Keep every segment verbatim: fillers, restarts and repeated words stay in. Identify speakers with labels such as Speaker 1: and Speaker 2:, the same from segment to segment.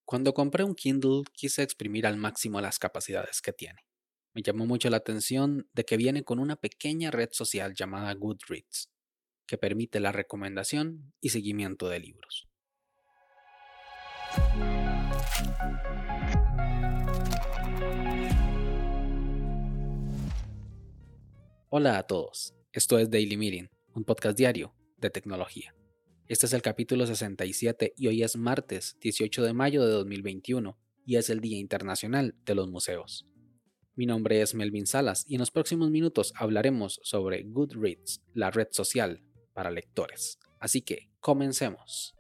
Speaker 1: Cuando compré un Kindle quise exprimir al máximo las capacidades que tiene. Me llamó mucho la atención de que viene con una pequeña red social llamada Goodreads, que permite la recomendación y seguimiento de libros. Hola a todos, esto es Daily Meeting, un podcast diario de tecnología. Este es el capítulo sesenta y siete y hoy es martes dieciocho de mayo de dos mil veintiuno y es el Día Internacional de los Museos. Mi nombre es Melvin Salas y en los próximos minutos hablaremos sobre Goodreads, la red social para lectores. Así que, comencemos.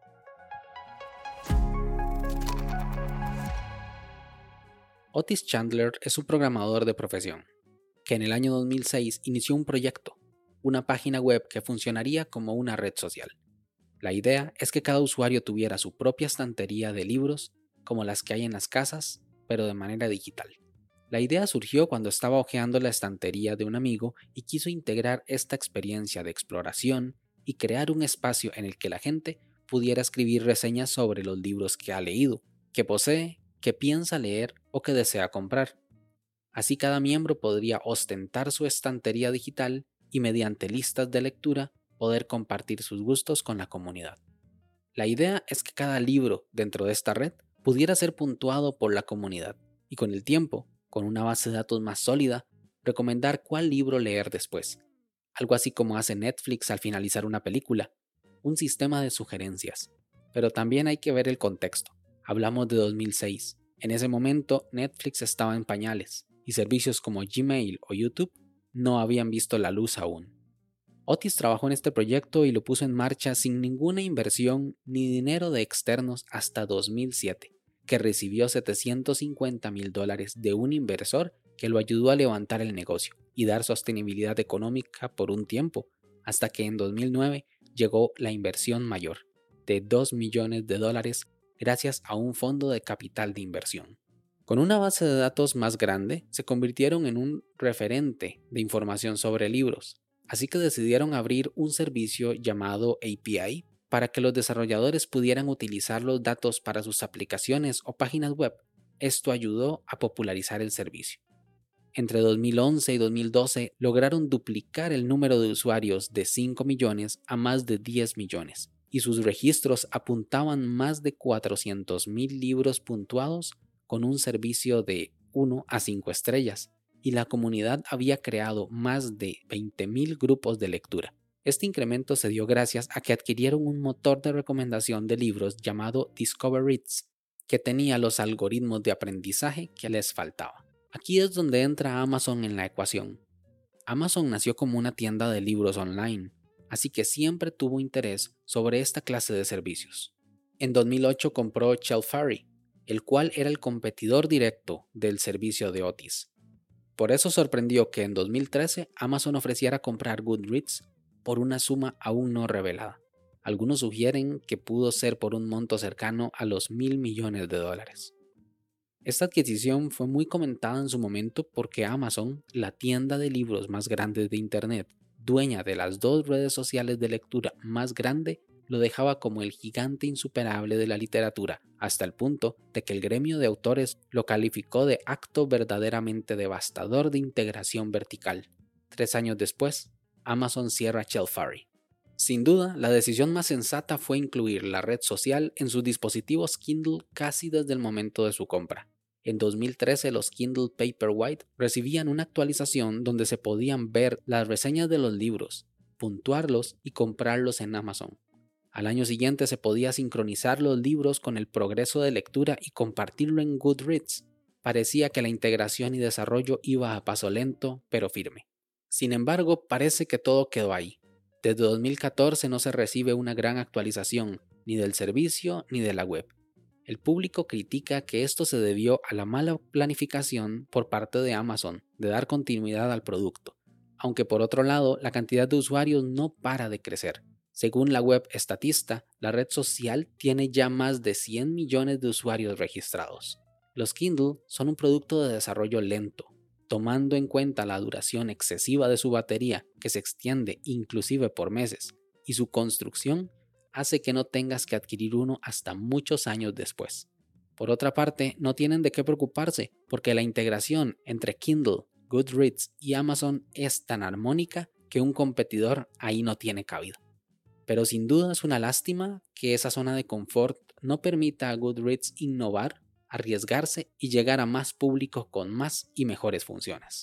Speaker 1: Otis Chandler es un programador de profesión, que en el año dos mil seis inició un proyecto, una página web que funcionaría como una red social. La idea es que cada usuario tuviera su propia estantería de libros, como las que hay en las casas, pero de manera digital. La idea surgió cuando estaba hojeando la estantería de un amigo y quiso integrar esta experiencia de exploración y crear un espacio en el que la gente pudiera escribir reseñas sobre los libros que ha leído, que posee, que piensa leer o que desea comprar. Así cada miembro podría ostentar su estantería digital y mediante listas de lectura poder compartir sus gustos con la comunidad. La idea es que cada libro dentro de esta red pudiera ser puntuado por la comunidad y con el tiempo, con una base de datos más sólida, recomendar cuál libro leer después. Algo así como hace Netflix al finalizar una película, un sistema de sugerencias. Pero también hay que ver el contexto. Hablamos de dos mil seis. En ese momento Netflix estaba en pañales y servicios como Gmail o YouTube no habían visto la luz aún. Otis trabajó en este proyecto y lo puso en marcha sin ninguna inversión ni dinero de externos hasta dos mil siete, que recibió setecientos cincuenta mil dólares de un inversor que lo ayudó a levantar el negocio y dar sostenibilidad económica por un tiempo, hasta que en dos mil nueve llegó la inversión mayor, de dos millones de dólares gracias a un fondo de capital de inversión. Con una base de datos más grande, se convirtieron en un referente de información sobre libros. Así que decidieron abrir un servicio llamado A P I para que los desarrolladores pudieran utilizar los datos para sus aplicaciones o páginas web. Esto ayudó a popularizar el servicio. Entre dos mil once y dos mil doce lograron duplicar el número de usuarios de cinco millones a más de diez millones, y sus registros apuntaban más de cuatrocientos mil libros puntuados con un servicio de uno a cinco estrellas. Y la comunidad había creado más de veinte mil grupos de lectura. Este incremento se dio gracias a que adquirieron un motor de recomendación de libros llamado Discoveryds, que tenía los algoritmos de aprendizaje que les faltaba. Aquí es donde entra Amazon en la ecuación. Amazon nació como una tienda de libros online, así que siempre tuvo interés sobre esta clase de servicios. En dos mil ocho compró Shelfari, el cual era el competidor directo del servicio de Otis. Por eso sorprendió que en dos mil trece Amazon ofreciera comprar Goodreads por una suma aún no revelada. Algunos sugieren que pudo ser por un monto cercano a los mil millones de dólares. Esta adquisición fue muy comentada en su momento porque Amazon, la tienda de libros más grande de Internet, dueña de las dos redes sociales de lectura más grande, lo dejaba como el gigante insuperable de la literatura, hasta el punto de que el gremio de autores lo calificó de acto verdaderamente devastador de integración vertical. Tres años después, Amazon cierra Shelfari. Sin duda, la decisión más sensata fue incluir la red social en sus dispositivos Kindle casi desde el momento de su compra. En dos mil trece los Kindle Paperwhite recibían una actualización donde se podían ver las reseñas de los libros, puntuarlos y comprarlos en Amazon. Al año siguiente se podía sincronizar los libros con el progreso de lectura y compartirlo en Goodreads. Parecía que la integración y desarrollo iba a paso lento, pero firme. Sin embargo, parece que todo quedó ahí. Desde dos mil catorce no se recibe una gran actualización, ni del servicio ni de la web. El público critica que esto se debió a la mala planificación por parte de Amazon de dar continuidad al producto, aunque por otro lado la cantidad de usuarios no para de crecer. Según la web Statista, la red social tiene ya más de cien millones de usuarios registrados. Los Kindle son un producto de desarrollo lento, tomando en cuenta la duración excesiva de su batería, que se extiende inclusive por meses, y su construcción hace que no tengas que adquirir uno hasta muchos años después. Por otra parte, no tienen de qué preocuparse porque la integración entre Kindle, Goodreads y Amazon es tan armónica que un competidor ahí no tiene cabida. Pero sin duda es una lástima que esa zona de confort no permita a Goodreads innovar, arriesgarse y llegar a más público con más y mejores funciones.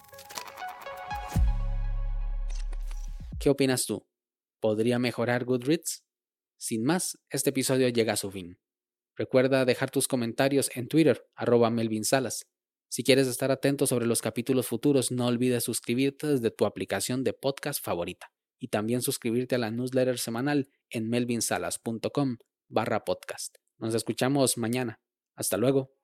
Speaker 1: ¿Qué opinas tú? ¿Podría mejorar Goodreads? Sin más, este episodio llega a su fin. Recuerda dejar tus comentarios en Twitter, arroba Melvin Salas. Si quieres estar atento sobre los capítulos futuros, no olvides suscribirte desde tu aplicación de podcast favorita y también suscribirte a la newsletter semanal en melvinsalas punto com barra podcast. Nos escuchamos mañana. Hasta luego.